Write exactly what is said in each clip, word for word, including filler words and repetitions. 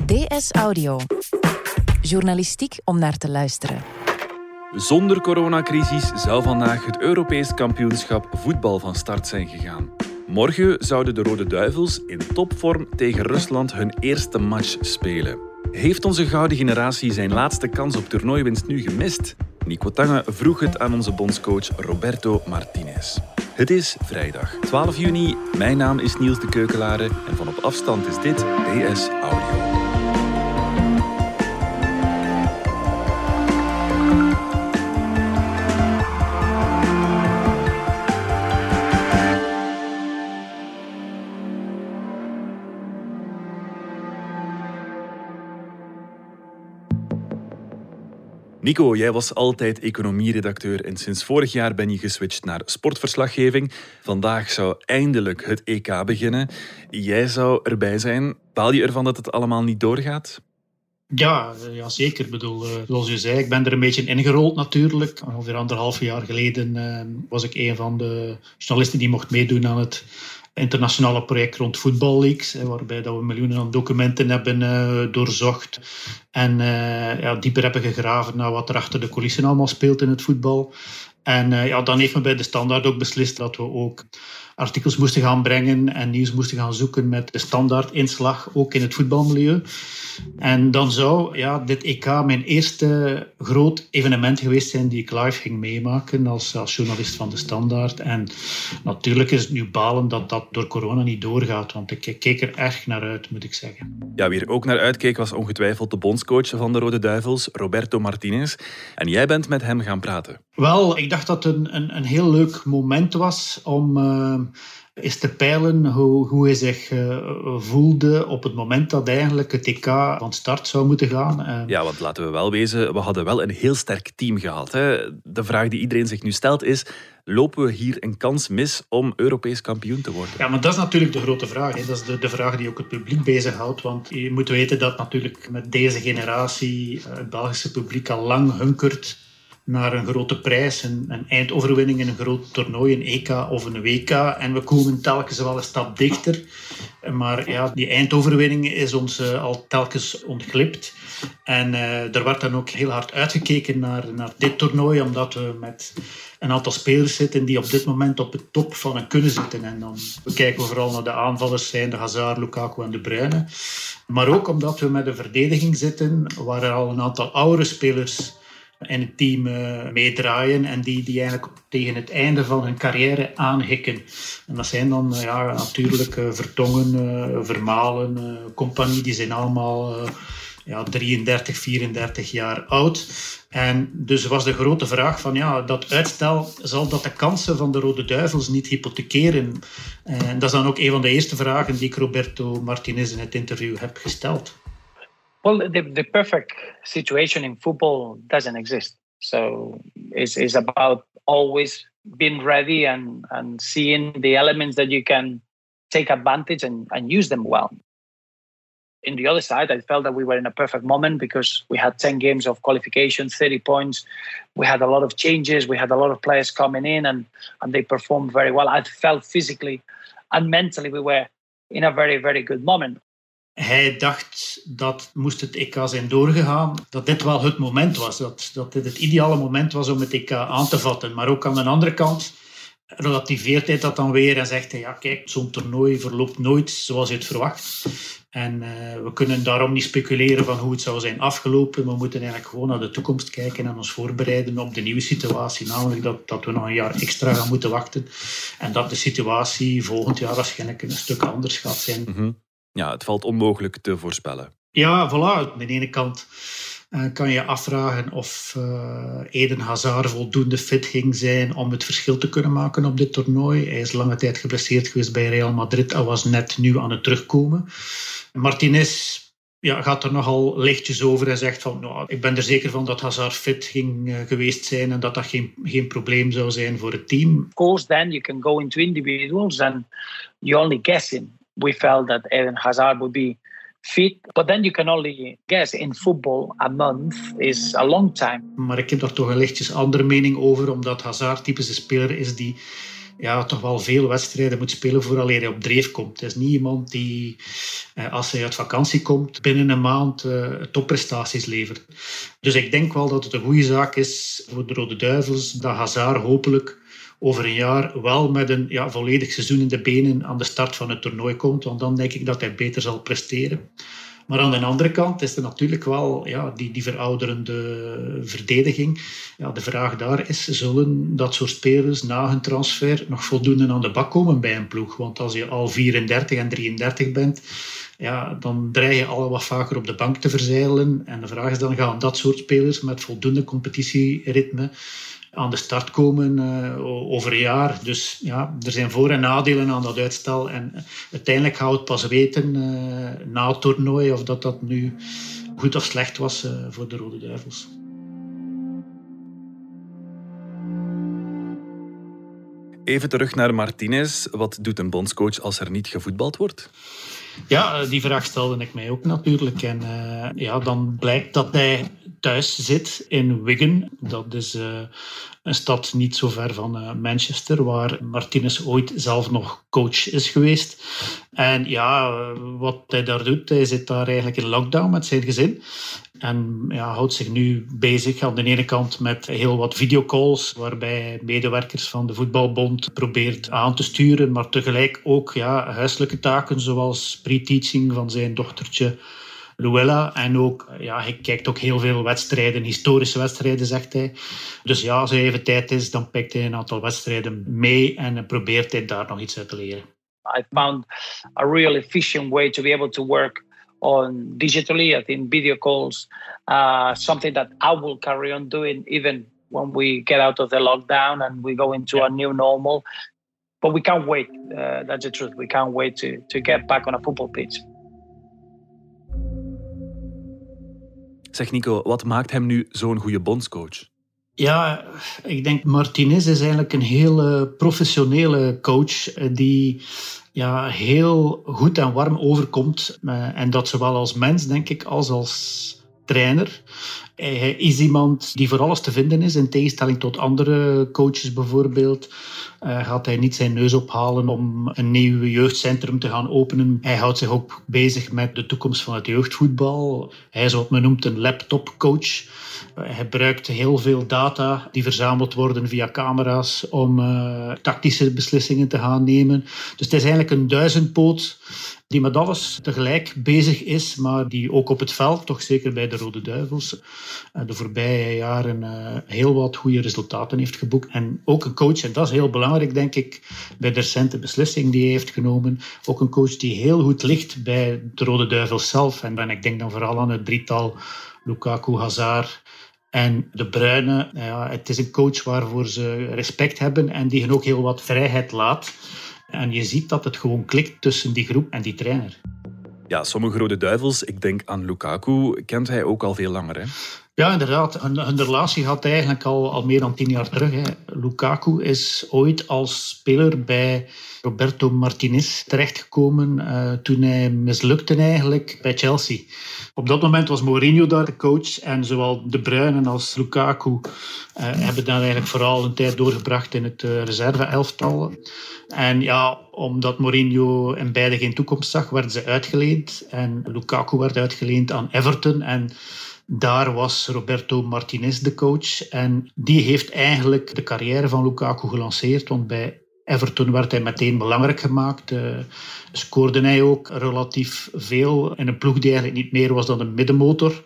D S Audio. Journalistiek om naar te luisteren. Zonder coronacrisis zou vandaag het Europees kampioenschap voetbal van start zijn gegaan. Morgen zouden de Rode Duivels in topvorm tegen Rusland hun eerste match spelen. Heeft onze gouden generatie zijn laatste kans op toernooiwinst nu gemist? Nico Tange vroeg het aan onze bondscoach Roberto Martinez. Het is vrijdag twaalf juni. Mijn naam is Niels de Keukelare en van op afstand is dit D S Audio. Nico, jij was altijd economieredacteur en sinds vorig jaar ben je geswitcht naar sportverslaggeving. Vandaag zou eindelijk het E K beginnen. Jij zou erbij zijn. Baal je ervan dat het allemaal niet doorgaat? Ja, ja zeker. Ik bedoel, uh, zoals je zei, ik ben er een beetje ingerold natuurlijk. Ongeveer anderhalf jaar geleden uh, was ik een van de journalisten die mocht meedoen aan het internationale project rond voetballeaks, waarbij dat we miljoenen aan documenten hebben uh, doorzocht en uh, ja, dieper hebben gegraven naar wat er achter de coulissen allemaal speelt in het voetbal. En uh, ja, dan heeft men bij de Standaard ook beslist dat we ook artikels moesten gaan brengen en nieuws moesten gaan zoeken met de standaardinslag, ook in het voetbalmilieu. En dan zou ja, dit E K mijn eerste groot evenement geweest zijn die ik live ging meemaken als, als journalist van de Standaard. En natuurlijk is het nu balen dat dat door corona niet doorgaat, want ik keek er erg naar uit, moet ik zeggen. Ja, wie er ook naar uitkeek was ongetwijfeld de bondscoach van de Rode Duivels, Roberto Martinez. En jij bent met hem gaan praten. Wel, ik dacht dat het een, een, een heel leuk moment was om uh, eens te peilen hoe, hoe hij zich uh, voelde op het moment dat eigenlijk het E K van start zou moeten gaan. Uh, ja, want laten we wel wezen, we hadden wel een heel sterk team gehad. Hè? De vraag die iedereen zich nu stelt is, lopen we hier een kans mis om Europees kampioen te worden? Ja, maar dat is natuurlijk de grote vraag. Hè. Dat is de, de vraag die ook het publiek bezighoudt. Want je moet weten dat natuurlijk met deze generatie het Belgische publiek al lang hunkert naar een grote prijs, een, een eindoverwinning in een groot toernooi, een E K of een W K. En we komen telkens wel een stap dichter. Maar ja, die eindoverwinning is ons uh, al telkens ontglipt. En uh, er werd dan ook heel hard uitgekeken naar, naar dit toernooi, omdat we met een aantal spelers zitten die op dit moment op het top van hun kunnen zitten. En dan kijken we vooral naar de aanvallers, zijn de Hazard, Lukaku en De Bruyne. Maar ook omdat we met een verdediging zitten, waar er al een aantal oudere spelers in het team uh, meedraaien en die, die eigenlijk tegen het einde van hun carrière aanhikken. En dat zijn dan uh, ja, natuurlijk uh, Vertongen, uh, Vermalen, uh, compagnie, die zijn allemaal uh, ja, drieëndertig, vierendertig jaar oud. En dus was de grote vraag van ja, dat uitstel, zal dat de kansen van de Rode Duivels niet hypothekeren? En dat is dan ook een van de eerste vragen die ik Roberto Martinez in het interview heb gesteld. Well, the, the perfect situation in football doesn't exist. So it's, it's about always being ready and, and seeing the elements that you can take advantage and, and use them well. In the other side, I felt that we were in a perfect moment because we had ten games of qualification, thirty points. We had a lot of changes. We had a lot of players coming in and, and they performed very well. I felt physically and mentally we were in a very, very good moment. Hij dacht dat, moest het E K zijn doorgegaan, dat dit wel het moment was. Dat, dat dit het ideale moment was om het E K aan te vatten. Maar ook aan de andere kant relativeert hij dat dan weer en zegt hij, ja kijk, zo'n toernooi verloopt nooit zoals je het verwacht. En uh, we kunnen daarom niet speculeren van hoe het zou zijn afgelopen. We moeten eigenlijk gewoon naar de toekomst kijken en ons voorbereiden op de nieuwe situatie. Namelijk dat, dat we nog een jaar extra gaan moeten wachten. En dat de situatie volgend jaar waarschijnlijk een stuk anders gaat zijn. Mm-hmm. Ja, het valt onmogelijk te voorspellen. Ja, voilà. Aan de ene kant uh, kan je afvragen of uh, Eden Hazard voldoende fit ging zijn om het verschil te kunnen maken op dit toernooi. Hij is lange tijd geblesseerd geweest bij Real Madrid en was net nu aan het terugkomen. Martinez ja, gaat er nogal lichtjes over en zegt van nou, ik ben er zeker van dat Hazard fit ging uh, geweest zijn en dat dat geen, geen probleem zou zijn voor het team. Of course, then you can go into individuals and you're only guessing. We felt that Eden Hazard would be fit, but then you can only guess. In football, a month is a long time. Maar ik heb daar toch een lichtjes andere mening over, omdat Hazard typisch een speler is die ja, toch wel veel wedstrijden moet spelen vooraleer hij op dreef komt. Het is niet iemand die, als hij uit vakantie komt, binnen een maand uh, topprestaties levert. Dus ik denk wel dat het een goede zaak is voor de Rode Duivels dat Hazard hopelijk over een jaar wel met een ja, volledig seizoen in de benen aan de start van het toernooi komt. Want dan denk ik dat hij beter zal presteren. Maar aan de andere kant is er natuurlijk wel ja, die, die verouderende verdediging. Ja, de vraag daar is, zullen dat soort spelers na hun transfer nog voldoende aan de bak komen bij een ploeg? Want als je al vierendertig en drieëndertig bent, ja, dan dreig je al wat vaker op de bank te verzeilen. En de vraag is dan, gaan dat soort spelers met voldoende competitieritme aan de start komen uh, over een jaar. Dus ja, er zijn voor- en nadelen aan dat uitstel. En uh, uiteindelijk gaan we het pas weten uh, na het toernooi of dat dat nu goed of slecht was uh, voor de Rode Duivels. Even terug naar Martinez. Wat doet een bondscoach als er niet gevoetbald wordt? Ja, die vraag stelde ik mij ook natuurlijk. En uh, ja, dan blijkt dat hij thuis zit in Wigan. Dat is uh, een stad niet zo ver van uh, Manchester, waar Martinez ooit zelf nog coach is geweest. En ja, wat hij daar doet, hij zit daar eigenlijk in lockdown met zijn gezin. En ja, houdt zich nu bezig aan de ene kant met heel wat videocalls, waarbij medewerkers van de voetbalbond probeert aan te sturen, maar tegelijk ook ja, huiselijke taken, zoals pre-teaching van zijn dochtertje Luella. En ook, ja, hij kijkt ook heel veel wedstrijden, historische wedstrijden, zegt hij. Dus ja, als er even tijd is, dan pikt hij een aantal wedstrijden mee en probeert hij daar nog iets uit te leren. I found a real efficient way to be able to work on digitally, I think video calls, uh, something that I will carry on doing even when we get out of the lockdown and we go into yeah. a new normal. But we can't wait. Uh, that's the truth. We can't wait to, to get back on a football pitch. Zeg Nico, wat maakt hem nu zo'n goede bondscoach? Ja, ik denk Martinez is eigenlijk een heel professionele coach die ja, heel goed en warm overkomt. En dat zowel als mens, denk ik, als als trainer. Hij is iemand die voor alles te vinden is, in tegenstelling tot andere coaches bijvoorbeeld. Uh, gaat hij niet zijn neus ophalen om een nieuw jeugdcentrum te gaan openen. Hij houdt zich ook bezig met de toekomst van het jeugdvoetbal. Hij is wat men noemt een laptopcoach. Uh, hij gebruikt heel veel data die verzameld worden via camera's om uh, tactische beslissingen te gaan nemen. Dus het is eigenlijk een duizendpoot die met alles tegelijk bezig is, maar die ook op het veld, toch zeker bij de Rode Duivels, de voorbije jaren heel wat goede resultaten heeft geboekt. En ook een coach, en dat is heel belangrijk, denk ik, bij de recente beslissing die hij heeft genomen, ook een coach die heel goed ligt bij de Rode Duivels zelf. En ik denk dan vooral aan het drietal Lukaku, Hazard en De Bruyne. Ja, het is een coach waarvoor ze respect hebben en die hen ook heel wat vrijheid laat. En je ziet dat het gewoon klikt tussen die groep en die trainer. Ja, sommige Rode Duivels, ik denk aan Lukaku, kent hij ook al veel langer, hè? Ja, inderdaad. Hun, hun relatie gaat eigenlijk al, al meer dan tien jaar terug. Hè. Lukaku is ooit als speler bij Roberto Martinez terechtgekomen uh, toen hij mislukte eigenlijk bij Chelsea. Op dat moment was Mourinho daar de coach en zowel De Bruyne als Lukaku uh, hebben daar eigenlijk vooral een tijd doorgebracht in het uh, reserve-elftal. En ja, omdat Mourinho in beide geen toekomst zag, werden ze uitgeleend. En Lukaku werd uitgeleend aan Everton. En daar was Roberto Martinez de coach. En die heeft eigenlijk de carrière van Lukaku gelanceerd. Want bij Everton werd hij meteen belangrijk gemaakt. Uh, scoorde hij ook relatief veel in een ploeg die eigenlijk niet meer was dan een middenmotor.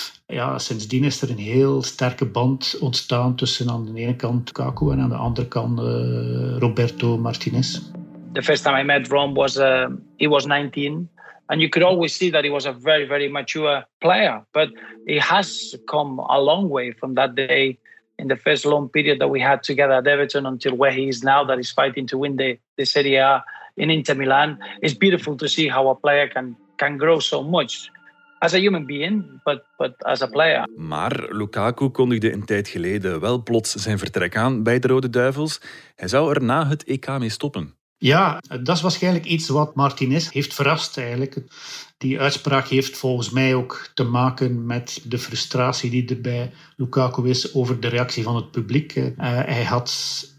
Ja, sindsdien is er een heel sterke band ontstaan tussen aan de ene kant Lukaku en aan de andere kant uh, Roberto Martinez. The first time I met Ron was uh, he was nineteen, and you could always see that he was a very, very mature player. But he has come a long way from that day in the first long period that we had together at Everton until where he is now, that he's fighting to win the, the Serie A in Inter Milan. It's beautiful to see how a player can, can grow so much. As a human being, but, but as a player. Maar Lukaku kondigde een tijd geleden wel plots zijn vertrek aan bij de Rode Duivels. Hij zou er na het E K mee stoppen. Ja, dat is waarschijnlijk iets wat Martinez heeft verrast eigenlijk. Die uitspraak heeft volgens mij ook te maken met de frustratie die er bij Lukaku is over de reactie van het publiek. Uh, hij had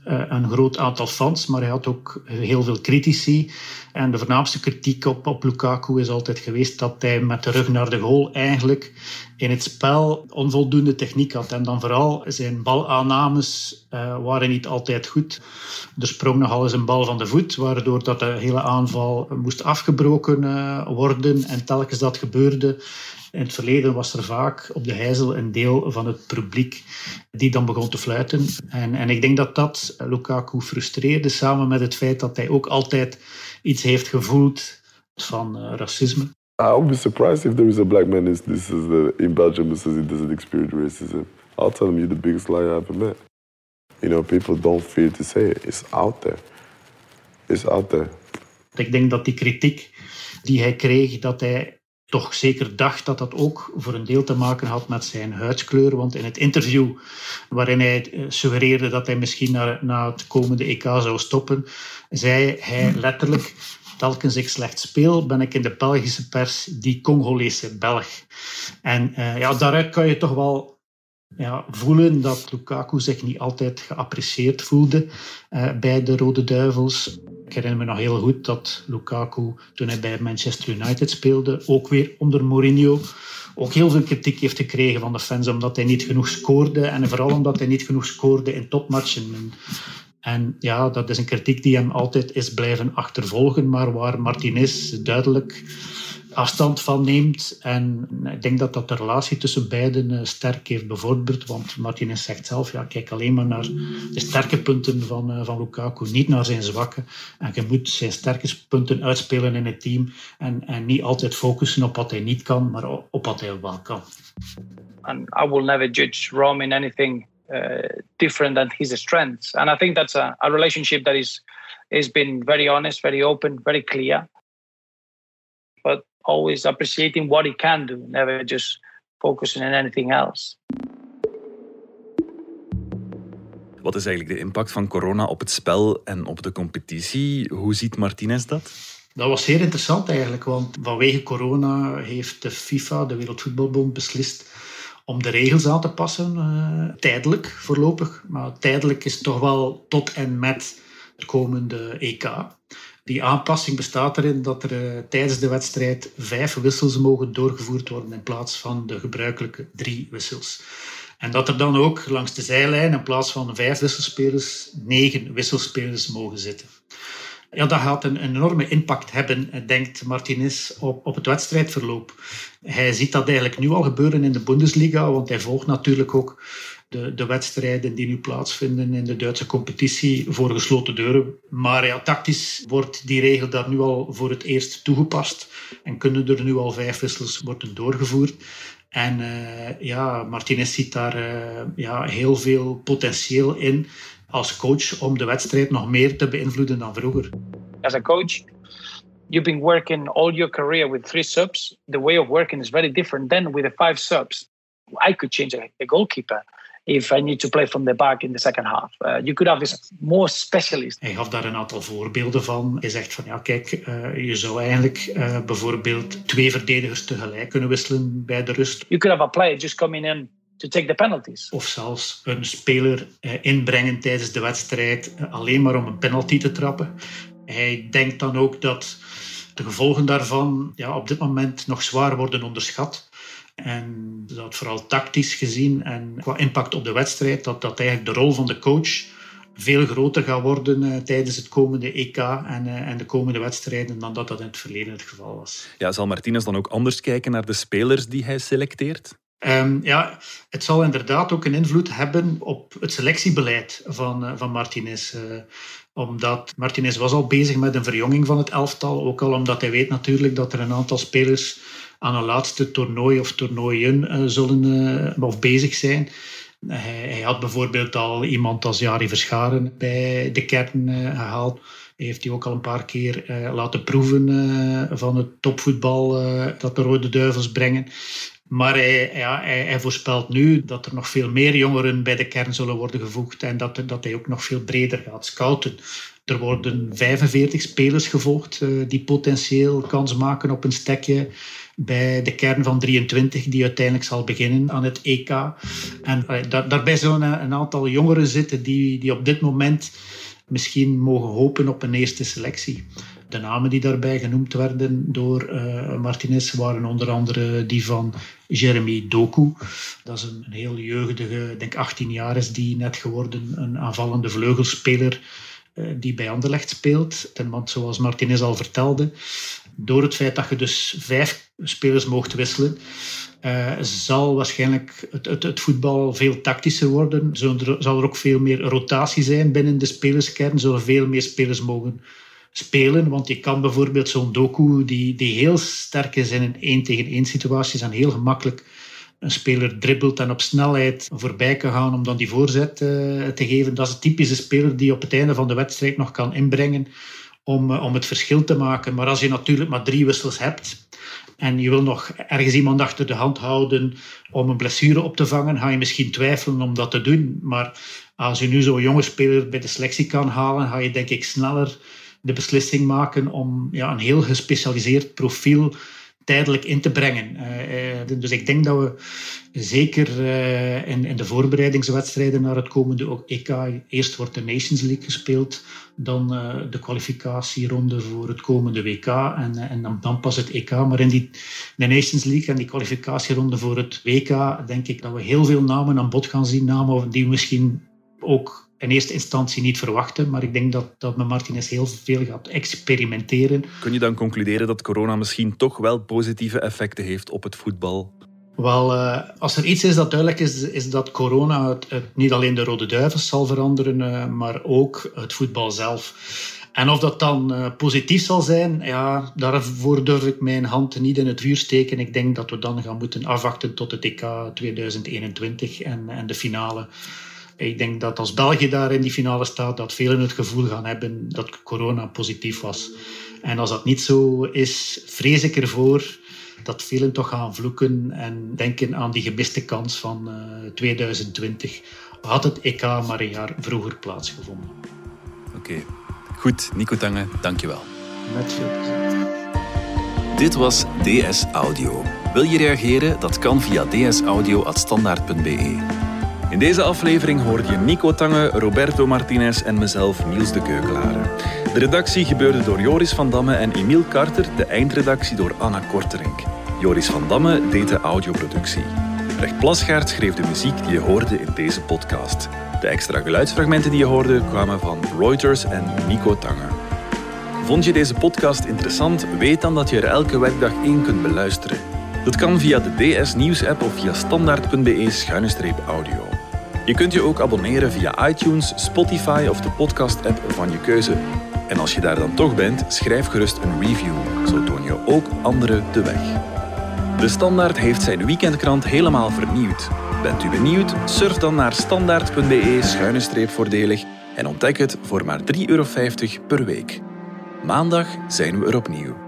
uh, een groot aantal fans, maar hij had ook heel veel critici. En de voornaamste kritiek op, op Lukaku is altijd geweest dat hij met de rug naar de goal eigenlijk in het spel onvoldoende techniek had. En dan vooral zijn balaannames uh, waren niet altijd goed. Er sprong nogal eens een bal van de voet, waardoor dat de hele aanval moest afgebroken uh, worden. En telkens dat gebeurde, in het verleden was er vaak op de Heysel een deel van het publiek die dan begon te fluiten. En, en ik denk dat dat Lukaku frustreerde, samen met het feit dat hij ook altijd iets heeft gevoeld van uh, racisme. I would be surprised if there is a black man in, this is the, in Belgium who says he doesn't experience racism. I'll tell him you're the biggest liar I've ever met. You know, people don't fear to say it. It's out there. It's out there. Ik denk dat die kritiek die hij kreeg, dat hij toch zeker dacht dat dat ook voor een deel te maken had met zijn huidskleur. Want in het interview waarin hij suggereerde dat hij misschien na, na het komende E K zou stoppen, zei hij letterlijk: telkens ik slecht speel, ben ik in de Belgische pers die Congolese Belg. En uh, ja, daaruit kan je toch wel ja, voelen dat Lukaku zich niet altijd geapprecieerd voelde uh, bij de Rode Duivels. Ik herinner me nog heel goed dat Lukaku, toen hij bij Manchester United speelde, ook weer onder Mourinho, ook heel veel kritiek heeft gekregen van de fans, omdat hij niet genoeg scoorde. En vooral omdat hij niet genoeg scoorde in topmatchen. En, en ja, dat is een kritiek die hem altijd is blijven achtervolgen, maar waar Martinez duidelijk afstand van neemt. En ik denk dat dat de relatie tussen beiden sterk heeft bevorderd. Want Martinez zegt zelf, ja, kijk alleen maar naar de sterke punten van, van Lukaku, niet naar zijn zwakke. En je moet zijn sterke punten uitspelen in het team. En, en niet altijd focussen op wat hij niet kan, maar op wat hij wel kan. And I will never judge Rome in anything uh, different than his strengths. And I think that's a, a relationship that is has been very honest, very open, very clear. But always appreciating what he can do, never just focusing on anything else. Wat is eigenlijk de impact van corona op het spel en op de competitie? Hoe ziet Martinez dat? Dat was zeer interessant eigenlijk, want vanwege corona heeft de FIFA, de Wereldvoetbalbond, beslist om de regels aan te passen, uh, tijdelijk, voorlopig. Maar tijdelijk is toch wel tot en met het komende E K. Die aanpassing bestaat erin dat er uh, tijdens de wedstrijd vijf wissels mogen doorgevoerd worden in plaats van de gebruikelijke drie wissels. En dat er dan ook langs de zijlijn in plaats van vijf wisselspelers negen wisselspelers mogen zitten. Ja, dat gaat een enorme impact hebben, denkt Martinez, op, op het wedstrijdverloop. Hij ziet dat eigenlijk nu al gebeuren in de Bundesliga, want hij volgt natuurlijk ook de, de wedstrijden die nu plaatsvinden in de Duitse competitie voor gesloten deuren. Maar ja, tactisch wordt die regel daar nu al voor het eerst toegepast en kunnen er nu al vijf wissels worden doorgevoerd. En uh, ja, Martinez ziet daar uh, ja, heel veel potentieel in als coach om de wedstrijd nog meer te beïnvloeden dan vroeger. As a coach, you've been working all your career with three subs. The way of working is very different than with the five subs. I could change the goalkeeper if I need to play from the back in the second half. Uh, you could have this more specialist. Hij gaf daar een aantal voorbeelden van. Hij zegt van ja, kijk, uh, je zou eigenlijk uh, bijvoorbeeld twee verdedigers tegelijk kunnen wisselen bij de rust. You could have a player just coming in to take the penalties. Of zelfs een speler uh, inbrengen tijdens de wedstrijd uh, alleen maar om een penalty te trappen. Hij denkt dan ook dat de gevolgen daarvan ja, op dit moment nog zwaar worden onderschat. En dat vooral tactisch gezien en qua impact op de wedstrijd, dat, dat eigenlijk de rol van de coach veel groter gaat worden uh, tijdens het komende E K en, uh, en de komende wedstrijden dan dat dat in het verleden het geval was. Ja, zal Martinez dan ook anders kijken naar de spelers die hij selecteert? Um, ja, het zal inderdaad ook een invloed hebben op het selectiebeleid van, uh, van Martinez. Uh, omdat Martinez was al bezig met een verjonging van het elftal. Ook al omdat hij weet natuurlijk dat er een aantal spelers aan een laatste toernooi of toernooien uh, zullen uh, of bezig zijn. Uh, hij, hij had bijvoorbeeld al iemand als Jari Verscharen bij de kern uh, gehaald. Hij heeft hij ook al een paar keer uh, laten proeven uh, van het topvoetbal uh, dat de Rode Duivels brengen. Maar hij, ja, hij, hij voorspelt nu dat er nog veel meer jongeren bij de kern zullen worden gevoegd en dat, dat hij ook nog veel breder gaat scouten. Er worden vijfenveertig spelers gevolgd uh, die potentieel kans maken op een stekje bij de kern van drieëntwintig die uiteindelijk zal beginnen aan het E K. En uh, daar, daarbij zullen een, een aantal jongeren zitten die, die op dit moment misschien mogen hopen op een eerste selectie. De namen die daarbij genoemd werden door uh, Martinez waren onder andere die van Jeremy Doku. Dat is een, een heel jeugdige, ik denk achttien jaar is die net geworden, een aanvallende vleugelspeler uh, die bij Anderlecht speelt. En want zoals Martinez al vertelde, door het feit dat je dus vijf spelers mocht wisselen, Uh, zal waarschijnlijk het, het, het voetbal veel tactischer worden. Zal er, zal er ook veel meer rotatie zijn binnen de spelerskern. Zullen veel meer spelers mogen spelen. Want je kan bijvoorbeeld zo'n Doku, die, die heel sterk is in een één tegen één situaties en heel gemakkelijk een speler dribbelt en op snelheid voorbij kan gaan om dan die voorzet uh, te geven. Dat is een typische speler die op het einde van de wedstrijd nog kan inbrengen om, uh, om het verschil te maken. Maar als je natuurlijk maar drie wissels hebt en je wil nog ergens iemand achter de hand houden om een blessure op te vangen, ga je misschien twijfelen om dat te doen. Maar als je nu zo'n jonge speler bij de selectie kan halen, ga je denk ik sneller de beslissing maken om ja, een heel gespecialiseerd profiel tijdelijk in te brengen. Uh, dus ik denk dat we zeker uh, in, in de voorbereidingswedstrijden naar het komende E K, eerst wordt de Nations League gespeeld, dan uh, de kwalificatieronde voor het komende W K en, uh, en dan, dan pas het E K. Maar in die de Nations League en die kwalificatieronde voor het W K denk ik dat we heel veel namen aan bod gaan zien, namen die we misschien ook in eerste instantie niet verwachten, maar ik denk dat, dat met Martinez heel veel gaat experimenteren. Kun je dan concluderen dat corona misschien toch wel positieve effecten heeft op het voetbal? Wel, uh, als er iets is dat duidelijk is, is dat corona het, het niet alleen de Rode Duivels zal veranderen, uh, maar ook het voetbal zelf. En of dat dan uh, positief zal zijn, ja, daarvoor durf ik mijn hand niet in het vuur steken. Ik denk dat we dan gaan moeten afwachten tot het E K tweeduizend eenentwintig en, en de finale. Ik denk dat als België daar in die finale staat, dat velen het gevoel gaan hebben dat corona positief was. En als dat niet zo is, vrees ik ervoor dat velen toch gaan vloeken en denken aan die gemiste kans van uh, tweeduizend twintig. Had het E K maar een jaar vroeger plaatsgevonden. Oké, okay. Goed. Nico Tange, dankjewel. Met veel plezier. Dit was D S Audio. Wil je reageren? Dat kan via d s audio at standaard punt b e. In deze aflevering hoorde je Nico Tange, Roberto Martinez en mezelf, Niels de Keukelare. De redactie gebeurde door Joris van Damme en Emiel Carter, de eindredactie door Anna Korterink. Joris van Damme deed de audioproductie. Brecht Plasgaard schreef de muziek die je hoorde in deze podcast. De extra geluidsfragmenten die je hoorde kwamen van Reuters en Nico Tange. Vond je deze podcast interessant? Weet dan dat je er elke werkdag één kunt beluisteren. Dat kan via de D S Nieuws-app of via standaard punt b e schuine streep audio. Je kunt je ook abonneren via iTunes, Spotify of de podcast-app van je keuze. En als je daar dan toch bent, schrijf gerust een review. Zo toon je ook anderen de weg. De Standaard heeft zijn weekendkrant helemaal vernieuwd. Bent u benieuwd? Surf dan naar standaard punt b e schuine streep voordelig en ontdek het voor maar drie euro vijftig per week. Maandag zijn we er opnieuw.